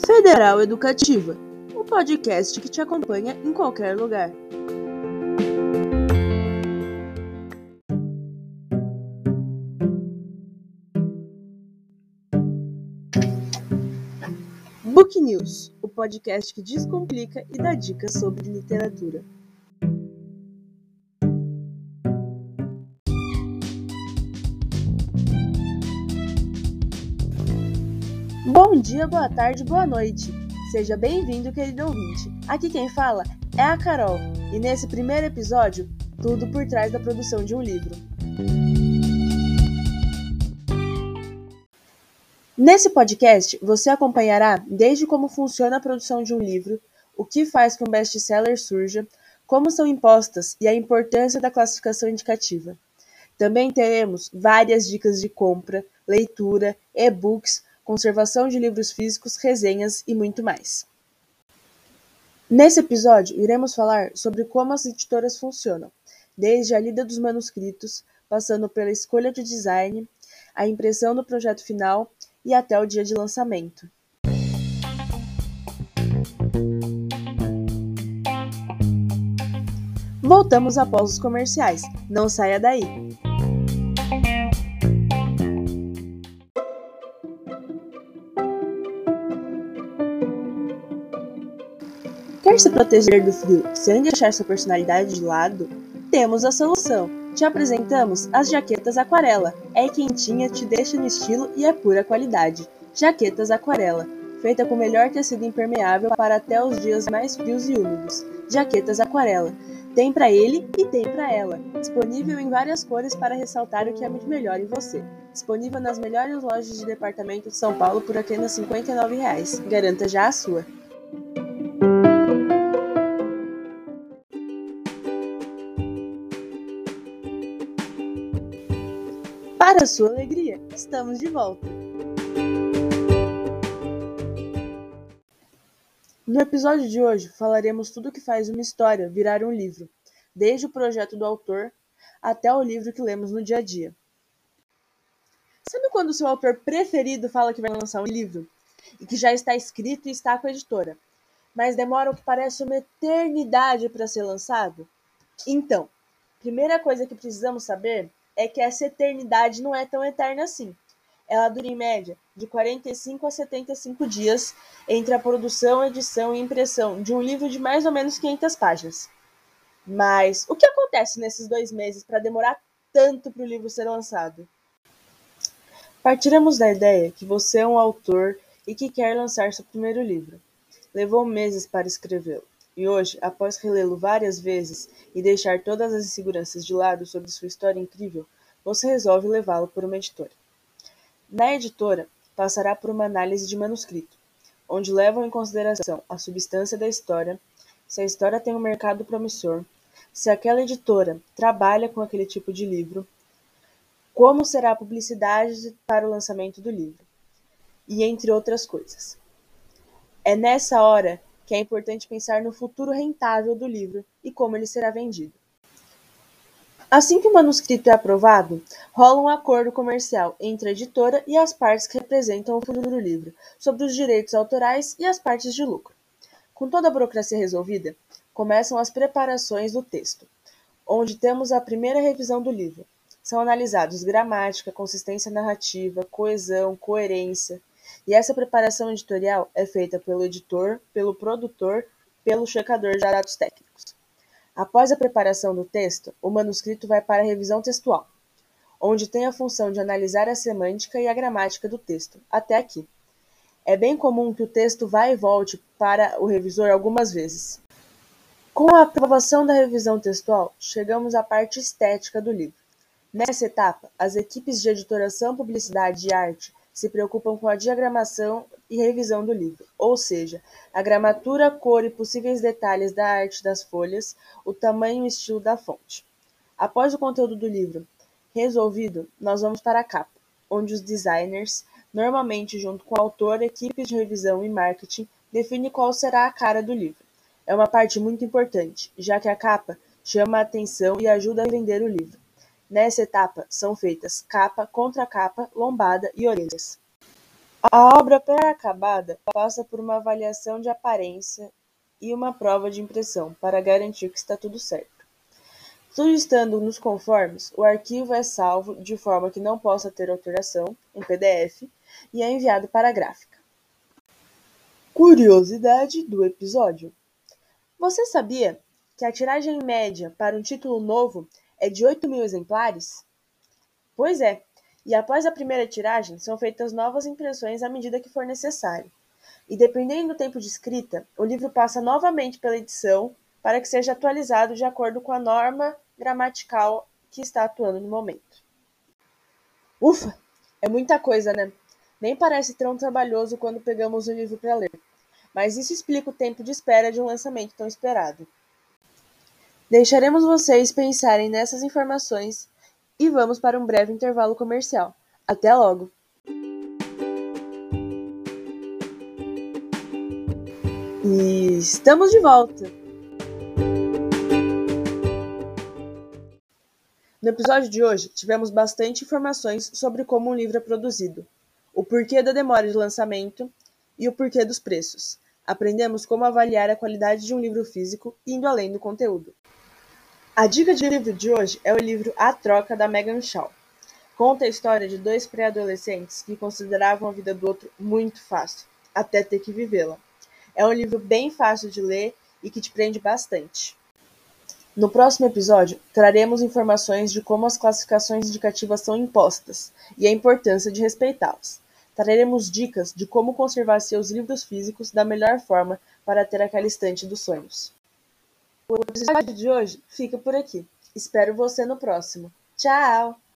Federal Educativa, um podcast que te acompanha em qualquer lugar. Book News, o podcast que descomplica e dá dicas sobre literatura. Bom dia, boa tarde, boa noite. Seja bem-vindo, querido ouvinte. Aqui quem fala é a Carol, e nesse primeiro episódio, tudo por trás da produção de um livro. Nesse podcast, você acompanhará desde como funciona a produção de um livro, o que faz que um best-seller surja, como são impostas e a importância da classificação indicativa. Também teremos várias dicas de compra, leitura, e-books, conservação de livros físicos, resenhas e muito mais. Nesse episódio, iremos falar sobre como as editoras funcionam, desde a lida dos manuscritos, passando pela escolha de design, a impressão do projeto final e até o dia de lançamento. Voltamos após os comerciais, não saia daí! Quer se proteger do frio sem deixar sua personalidade de lado? Temos a solução! Te apresentamos as jaquetas aquarela. É quentinha, te deixa no estilo e é pura qualidade. Jaquetas aquarela, feita com o melhor tecido impermeável para até os dias mais frios e úmidos. Jaquetas aquarela. Tem para ele e tem para ela. Disponível em várias cores para ressaltar o que é muito melhor em você. Disponível nas melhores lojas de departamento de São Paulo por apenas R$ 59,00. Garanta já a sua! Para sua alegria, estamos de volta! No episódio de hoje, falaremos tudo o que faz uma história virar um livro, desde o projeto do autor até o livro que lemos no dia a dia. Sabe quando o seu autor preferido fala que vai lançar um livro e que já está escrito e está com a editora, mas demora o que parece uma eternidade para ser lançado? Então, a primeira coisa que precisamos saber é que essa eternidade não é tão eterna assim. Ela dura em média de 45 a 75 dias entre a produção, edição e impressão de um livro de mais ou menos 500 páginas. Mas o que acontece nesses 2 meses para demorar tanto para o livro ser lançado? Partiremos da ideia que você é um autor e que quer lançar seu primeiro livro. Levou meses para escrevê-lo. E hoje, após relê-lo várias vezes e deixar todas as inseguranças de lado sobre sua história incrível, você resolve levá-lo para uma editora. Na editora, passará por uma análise de manuscrito, onde levam em consideração a substância da história, se a história tem um mercado promissor, se aquela editora trabalha com aquele tipo de livro, como será a publicidade para o lançamento do livro, e entre outras coisas. É nessa hora que é importante pensar no futuro rentável do livro e como ele será vendido. Assim que o manuscrito é aprovado, rola um acordo comercial entre a editora e as partes que representam o futuro livro, sobre os direitos autorais e as partes de lucro. Com toda a burocracia resolvida, começam as preparações do texto, onde temos a primeira revisão do livro. São analisados gramática, consistência narrativa, coesão, coerência, e essa preparação editorial é feita pelo editor, pelo produtor, pelo checador de dados técnicos. Após a preparação do texto, o manuscrito vai para a revisão textual, onde tem a função de analisar a semântica e a gramática do texto. Até aqui. É bem comum que o texto vá e volte para o revisor algumas vezes. Com a aprovação da revisão textual, chegamos à parte estética do livro. Nessa etapa, as equipes de editoração, publicidade e arte se preocupam com a diagramação e revisão do livro, ou seja, a gramatura, cor e possíveis detalhes da arte das folhas, o tamanho e estilo da fonte. Após o conteúdo do livro resolvido, nós vamos para a capa, onde os designers, normalmente junto com o autor, equipes de revisão e marketing, definem qual será a cara do livro. É uma parte muito importante, já que a capa chama a atenção e ajuda a vender o livro. Nessa etapa, são feitas capa, contracapa, lombada e orelhas. A obra pré-acabada passa por uma avaliação de aparência e uma prova de impressão para garantir que está tudo certo. Tudo estando nos conformes, o arquivo é salvo de forma que não possa ter alteração, em PDF, e é enviado para a gráfica. Curiosidade do episódio: você sabia que a tiragem média para um título novo é de 8.000 exemplares? Pois é, e após a primeira tiragem são feitas novas impressões à medida que for necessário. E dependendo do tempo de escrita, o livro passa novamente pela edição para que seja atualizado de acordo com a norma gramatical que está atuando no momento. Ufa! É muita coisa, né? Nem parece tão trabalhoso quando pegamos o livro para ler. Mas isso explica o tempo de espera de um lançamento tão esperado. Deixaremos vocês pensarem nessas informações e vamos para um breve intervalo comercial. Até logo! E estamos de volta! No episódio de hoje, tivemos bastante informações sobre como um livro é produzido, o porquê da demora de lançamento e o porquê dos preços. Aprendemos como avaliar a qualidade de um livro físico indo além do conteúdo. A dica de livro de hoje é o livro A Troca, da Megan Shaw. Conta a história de dois pré-adolescentes que consideravam a vida do outro muito fácil, até ter que vivê-la. É um livro bem fácil de ler e que te prende bastante. No próximo episódio, traremos informações de como as classificações indicativas são impostas e a importância de respeitá-las. Traremos dicas de como conservar seus livros físicos da melhor forma para ter aquela estante dos sonhos. O episódio de hoje fica por aqui. Espero você no próximo. Tchau!